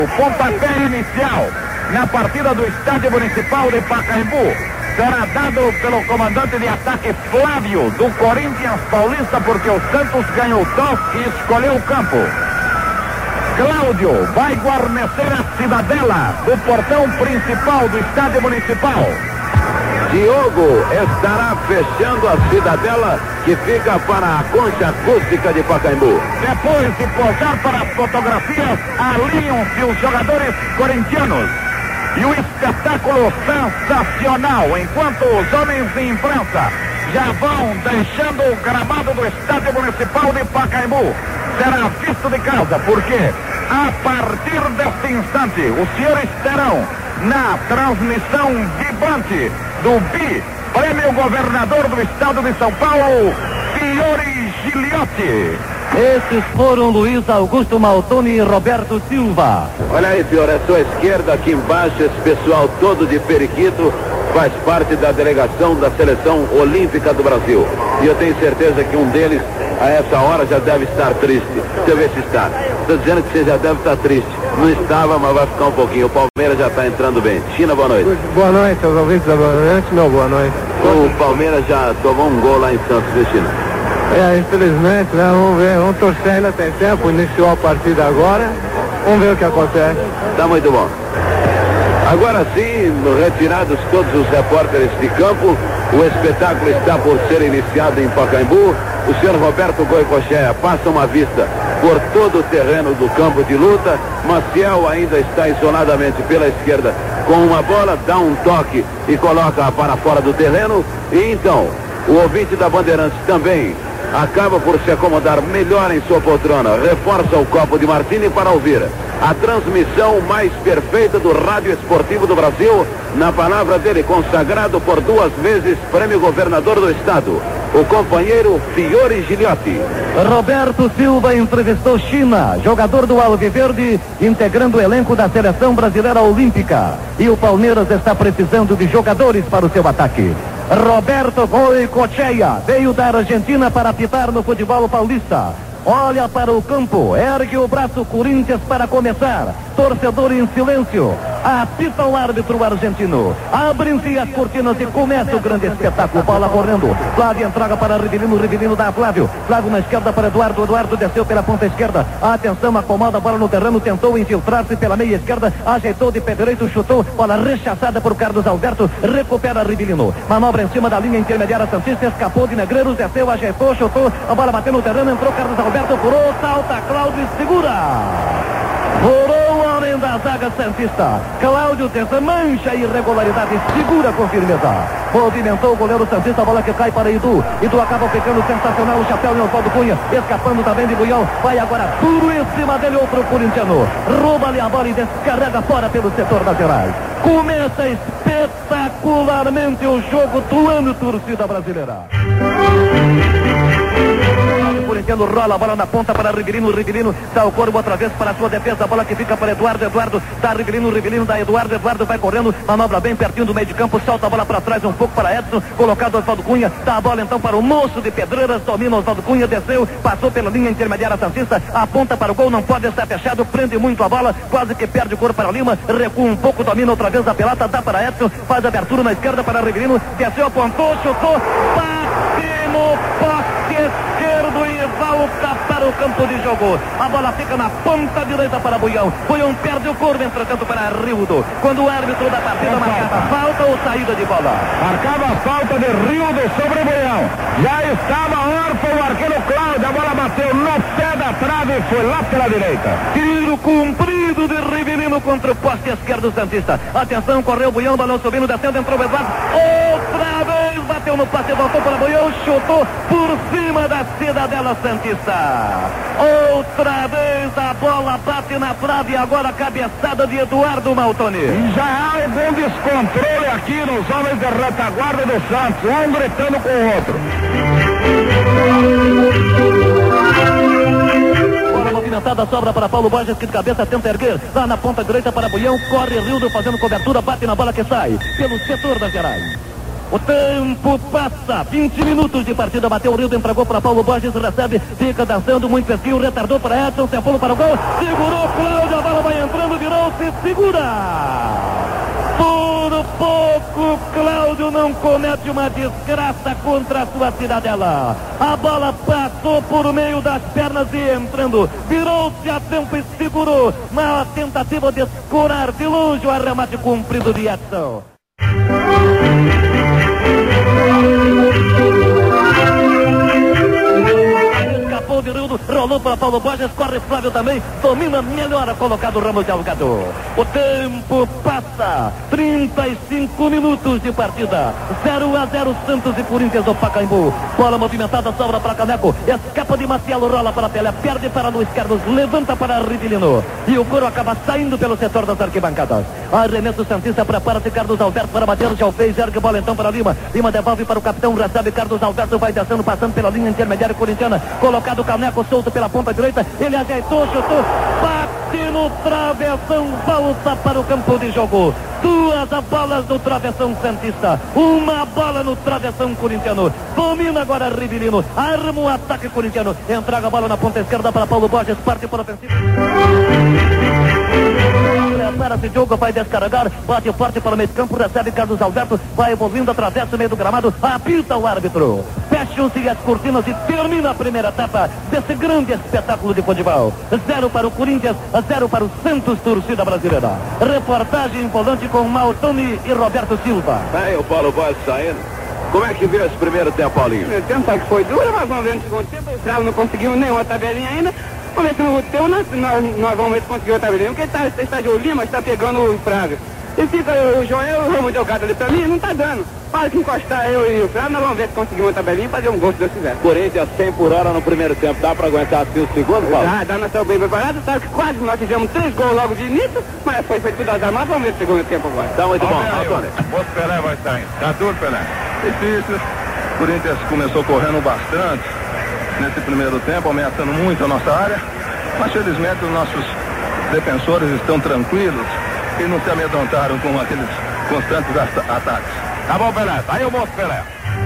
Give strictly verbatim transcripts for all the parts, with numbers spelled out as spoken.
O pontapé inicial na partida do Estádio Municipal de Pacaembu será dado pelo comandante de ataque Flávio, do Corinthians Paulista, porque o Santos ganhou o tosse e escolheu o campo. Cláudio vai guarnecer a Cidadela, o portão principal do Estádio Municipal. Diogo estará fechando a Cidadela, que fica para a concha acústica de Pacaembu. Depois de posar para as fotografias, alinham-se os jogadores corintianos. E o espetáculo sensacional, enquanto os homens de imprensa já vão deixando o gramado do Estádio Municipal de Pacaembu, será visto de casa, porque a partir deste instante os senhores terão na transmissão vibrante do Bi, Prêmio Governador do Estado de São Paulo, Fiore Gigliotti. Esses foram Luiz Augusto Maltoni e Roberto Silva. Olha aí, Fiore, à sua esquerda, aqui embaixo, esse pessoal todo de periquito faz parte da delegação da Seleção Olímpica do Brasil. E eu tenho certeza que um deles, a essa hora, já deve estar triste. Deixa eu ver se está. Estou dizendo que você já deve estar triste. Não estava, mas vai ficar um pouquinho. O Palmeiras já está entrando bem. China, boa noite. Boa noite, aos ouvintes da Boa Noite. Não, boa noite. O Palmeiras já tomou um gol lá em Santos, viu, China? É, infelizmente, né? Vamos ver, vamos torcer, ainda tem tempo, iniciou a partida agora. Vamos ver o que acontece. Tá muito bom. Agora sim, retirados todos os repórteres de campo, o espetáculo está por ser iniciado em Pacaembu. O senhor Roberto Goicoechea passa uma vista por todo o terreno do campo de luta. Maciel ainda está isoladamente pela esquerda com uma bola, dá um toque e coloca para fora do terreno. E então, o ouvinte da Bandeirantes também acaba por se acomodar melhor em sua poltrona, reforça o copo de Martini para ouvir a transmissão mais perfeita do rádio esportivo do Brasil, na palavra dele, consagrado por duas vezes Prêmio Governador do Estado, o companheiro Fiore Gigliotti. Roberto Silva entrevistou China, jogador do Alviverde, integrando o elenco da Seleção Brasileira Olímpica. E o Palmeiras está precisando de jogadores para o seu ataque. Roberto Goicoechea veio da Argentina para apitar no futebol paulista. Olha para o campo, ergue o braço Corinthians para começar. Torcedor em silêncio. Apita o árbitro argentino. Abrem-se as cortinas e começa o grande espetáculo. Bola correndo. Flávio entrega para Rivelino. Rivelino dá a Flávio. Flávio na esquerda para Eduardo. Eduardo desceu pela ponta esquerda. Atenção, acomoda a bola no terreno. Tentou infiltrar-se pela meia esquerda. Ajeitou de pé direito, chutou. Bola rechaçada por Carlos Alberto. Recupera Rivelino. Manobra em cima da linha intermediária santista. Escapou de Negreiros. Desceu, ajeitou, chutou. A bola bateu no terreno. Entrou Carlos Alberto. Furou, salta Cláudio e segura. Furou o homem da zaga santista. Cláudio desmancha irregularidade, segura com firmeza. Movimentou o goleiro santista, a bola que cai para Edu. Edu acaba ficando sensacional, o chapéu em Oswaldo Cunha, escapando também de Buião. Vai agora duro em cima dele, outro corintiano. Rouba-lhe a bola e descarrega fora pelo setor lateral. Começa espetacularmente o jogo do ano, torcida brasileira. O corintiano rola a bola na ponta para Rivelino. Rivelino dá o corpo outra vez para a sua defesa. A bola que fica para Eduardo. Eduardo dá Rivelino. Rivelino dá Eduardo. Eduardo vai correndo. Manobra bem pertinho do meio de campo. Solta a bola para trás um pouco para Edson. Colocado Oswaldo Cunha. Dá a bola então para o moço de Pedreiras. Domina Oswaldo Cunha. Desceu. Passou pela linha intermediária santista. Aponta para o gol. Não pode estar fechado. Prende muito a bola. Quase que perde o corpo para Lima. Recua um pouco. Domina outra vez a pelota. Dá para Edson. Faz a abertura na esquerda para Rivelino. Desceu, apontou, chutou. Bate no poste esquerdo e volta para o campo de jogo. A bola fica na ponta direita para Buião. Buião perde o corpo, entretanto, para Rildo. Quando o árbitro da partida marcava falta ou saída de bola? Marcava a falta de Rildo sobre Buião. Já estava órfão o arqueiro Cláudio. A bola bateu no pé da trave e foi lá pela direita. Tiro cumprido de Rivelino contra o poste esquerdo santista. Atenção, correu Buião, balão subindo, descendo, entrou o Eduardo. Outra vez bateu no passe, voltou para Buião, chutou por cima da Cidadela santista. Outra vez a bola bate na trave, agora a cabeçada de Eduardo Maltoni. E já há algum descontrole aqui nos homens de retaguarda do Santos, um gritando com o outro. Bola movimentada, sobra para Paulo Borges, que de cabeça tenta erguer. Lá na ponta direita para Buião, corre Rildo fazendo cobertura, bate na bola que sai pelo setor das Gerais. O tempo passa, vinte minutos de partida, bateu o Rildo, entregou para Paulo Borges, recebe, fica dançando, muito pesquinho, retardou para Edson, se pula para o gol, segurou Cláudio, a bola vai entrando, virou-se, segura! Por pouco, Cláudio não comete uma desgraça contra a sua cidadela. A bola passou por meio das pernas e entrando, virou-se a tempo e segurou. Uma tentativa de escorar de longe o arremate cumprido de Edson. Escapou de Rildo, rolou para Paulo Borges, corre Flávio também, domina melhor a colocado Ramos Delgado. O tempo passa, trinta e cinco minutos de partida, zero a zero Santos e Corinthians do Pacaembu. Bola movimentada, sobra para Caneco, escapa de Marcelo, rola para Pelé, perde para Luiz Carlos, levanta para Rivelino e o coro acaba saindo pelo setor das arquibancadas. Arremesso Santista, prepara-se Carlos Alberto para bater, já o fez, ergue bola então para Lima, Lima devolve para o capitão, recebe Carlos Alberto, vai descendo, passando pela linha intermediária corintiana, colocado Caneco solto pela ponta direita, ele ajeitou, chutou, bate no travessão, volta para o campo de jogo. Duas bolas no travessão Santista, uma bola no travessão corintiano. Domina agora Rivelino, arma o ataque corintiano, entrega a bola na ponta esquerda para Paulo Borges, parte para o ofensivo. Prepara-se, Diogo vai descarregar, bate forte para o meio campo, recebe Carlos Alberto, vai evoluindo, atravessa o meio do gramado, apita o árbitro. Fecham-se as cortinas e termina a primeira etapa desse grande espetáculo de futebol. Zero para o Corinthians, zero para o Santos, torcida brasileira. Reportagem em volante com Maltoni e Roberto Silva. Aí o Paulo Borges saindo. Como é que viu esse primeiro tempo, Paulinho? O tempo sabe que foi duro, mas vamos ver no segundo tempo. O Estrela não conseguiu nenhuma tabelinha ainda. Vamos ver se no tempo nós, nós, nós vamos ver se conseguiu a tabelinha. Porque ele está, está de o Lima, está pegando o Fraga. E fica o Joel e o Ramos Delgado ali pra mim, não tá dando. Para que encostar eu e o Fraga, nós vamos ver se conseguimos uma tabelinha e fazer um gol se Deus quiser. Corinthians cem por hora no primeiro tempo. Dá pra aguentar assim o segundo, Paulo? Dá, dá, nós estamos bem preparados. Sabe que quase nós fizemos três gols logo de início, mas foi feito tudo azar. Mas vamos ver o segundo tempo agora. Tá muito bom, Antônio. O Pelé vai estar indo. Tá duro, Pelé? Difícil. O Corinthians começou correndo bastante nesse primeiro tempo, ameaçando muito a nossa área. Mas felizmente os nossos defensores estão tranquilos e não se amedrontaram com aqueles constantes ataques. Tá bom, Pelé. Tá aí o moço, Pelé.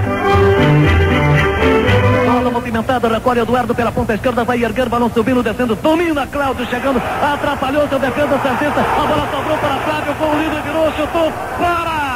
Bola movimentada, recolhe Eduardo pela ponta esquerda, vai erguer, balão subindo, descendo, domina Cláudio, chegando, atrapalhou seu defesa Santista, a bola sobrou para Flávio, com o líder virou, chutou, para!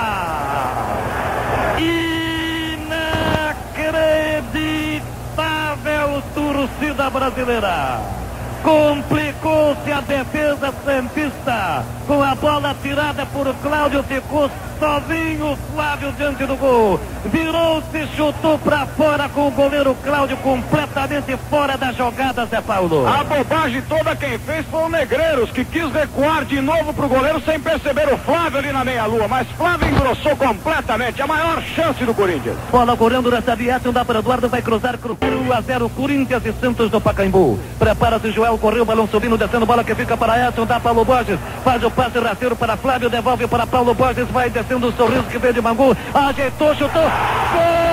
Inacreditável, torcida brasileira! Complicou-se a defesa Santista, com a bola tirada por Cláudio, ficou sozinho Flávio diante do gol, virou-se, chutou pra fora com o goleiro Cláudio completamente fora da jogada, Zé Paulo. A bobagem toda quem fez foi o Negreiros, que quis recuar de novo pro goleiro sem perceber o Flávio ali na meia-lua, mas Flávio engrossou completamente, a maior chance do Corinthians. Bola correndo, recebe Edson, dá para Eduardo, vai cruzar, cruzeiro a zero, Corinthians e Santos do Pacaembu. Prepara-se Joel, correu, balão subindo, descendo, bola que fica para Edson, dá Paulo Borges, faz o passe rasteiro para Flávio, devolve para Paulo Borges, vai descendo o sorriso que veio de Bangu, ajeitou, chutou, gol!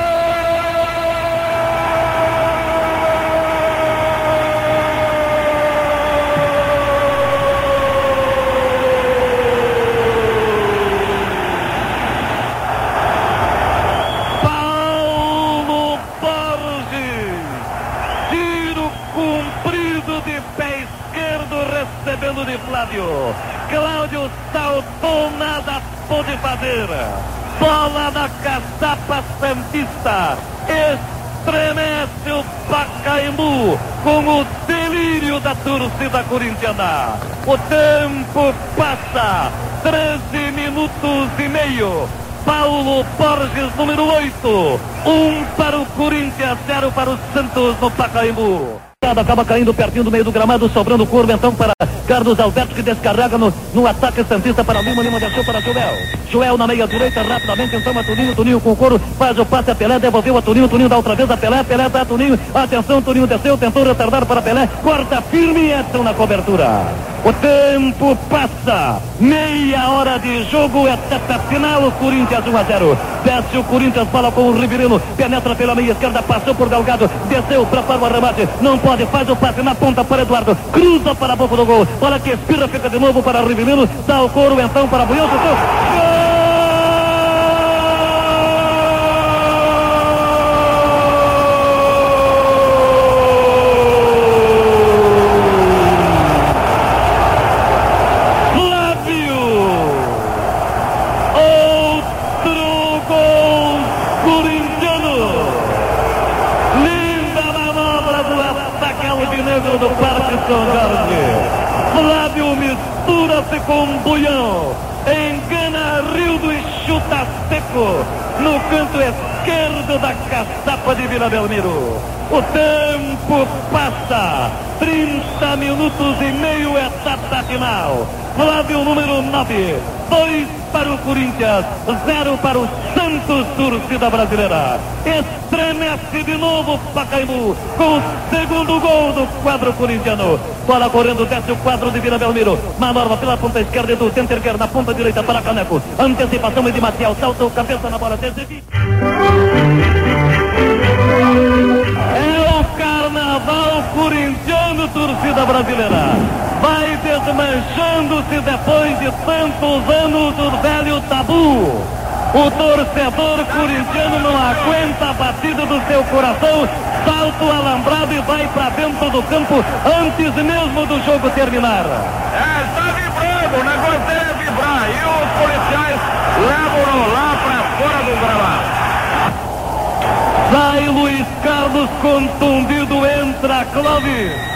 Paulo Borges, tiro comprido de pé esquerdo, recebendo de Flávio. Cláudio saltou, nada pôde fazer. Bola na caçapa Santista, estremece o Pacaembu com o delírio da torcida corintiana. O tempo passa, treze minutos e meio. Paulo Borges, número oito, um para o Corinthians, zero para o Santos no Pacaembu. Acaba caindo pertinho do meio do gramado, sobrando curva então para Carlos Alberto, que descarrega no, no ataque Santista para Lima, Lima deixou para Joel. Joel na meia direita, rapidamente então a Tuninho, Tuninho com o couro, faz o passe a Pelé, devolveu a Tuninho, Tuninho dá outra vez a Pelé, Pelé dá a Tuninho, atenção, Tuninho desceu, tentou retardar para Pelé, corta firme e Edson na cobertura. O tempo passa, meia hora de jogo, etapa final, o Corinthians um a zero. Desce o Corinthians, bola com o Rivelino, penetra pela meia esquerda, passou por Delgado, desceu, prepara o arremate, não pode, faz o passe na ponta para Eduardo, cruza para a boca do gol, bola que espira, fica de novo para Rivelino, dá o couro então para Buião, chutou, gol! mistura-se com Buião, engana Rildo e chuta seco no canto esquerdo da caçapa de Vila Belmiro. O tempo passa, trinta minutos e meio, etapa final. Flávio, número nove, dois para o Corinthians, zero para o Santos, torcida brasileira. Estremece de novo Pacaembu com o segundo gol do quadro corintiano. Bola correndo, desce o quadro de Vila Belmiro. Manobra pela ponta esquerda do Centerquer, na ponta direita para Caneco. Antecipação é de Matiel, salta o cabeça na bola. Desde... É o carnaval corintiano, torcida brasileira. Vai desmanchando-se depois de tantos anos o velho tabu. O torcedor corintiano não aguenta a batida do seu coração, salta o alambrado e vai para dentro do campo antes mesmo do jogo terminar. É, está vibrando, o negócio dele é vibrar e os policiais levam-no lá para fora do gramado. Sai Luiz Carlos contundido, entra Clóvis.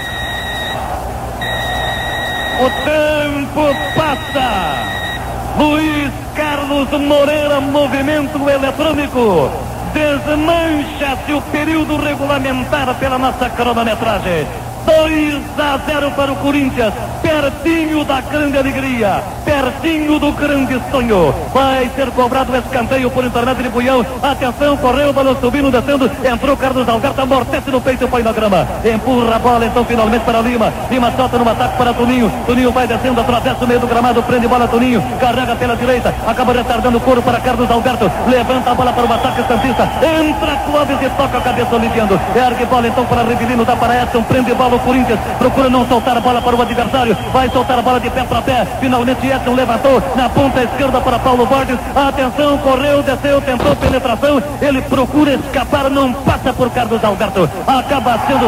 O tempo passa. Luiz Carlos Moreira, movimento eletrônico. Desmancha-se o período regulamentar pela nossa cronometragem. dois a zero para o Corinthians, pertinho da grande alegria, pertinho do grande sonho. Vai ser cobrado o escanteio por internet de Buião. Atenção, correu, o balão subindo, descendo, entrou Carlos Alberto, amortece no peito e põe na grama. Empurra a bola então finalmente para Lima. Lima solta no ataque para Toninho. Toninho vai descendo, atravessa o meio do gramado, prende bola Toninho, carrega pela direita, acaba retardando o couro para Carlos Alberto, levanta a bola para o ataque santista, entra Clóvis e toca a cabeça aliviando. Ergue bola então para Rivelino, dá para Edson, prende bola o Corinthians, procura não soltar a bola para o adversário, vai soltar a bola de pé para pé, finalmente Edson levantou na ponta esquerda para Paulo Borges. Atenção, correu, desceu, tentou penetração, ele procura escapar, não passa por Carlos Alberto, acaba sendo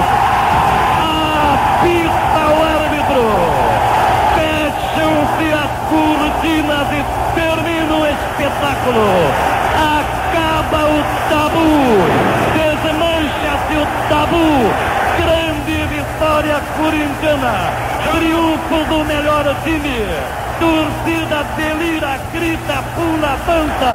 apita o árbitro, fecham-se as cortinas e termina o espetáculo, acaba o tabu, desmancha-se o tabu. Grande vitória corintiana, triunfo do melhor time, torcida delira, grita, pula, dança.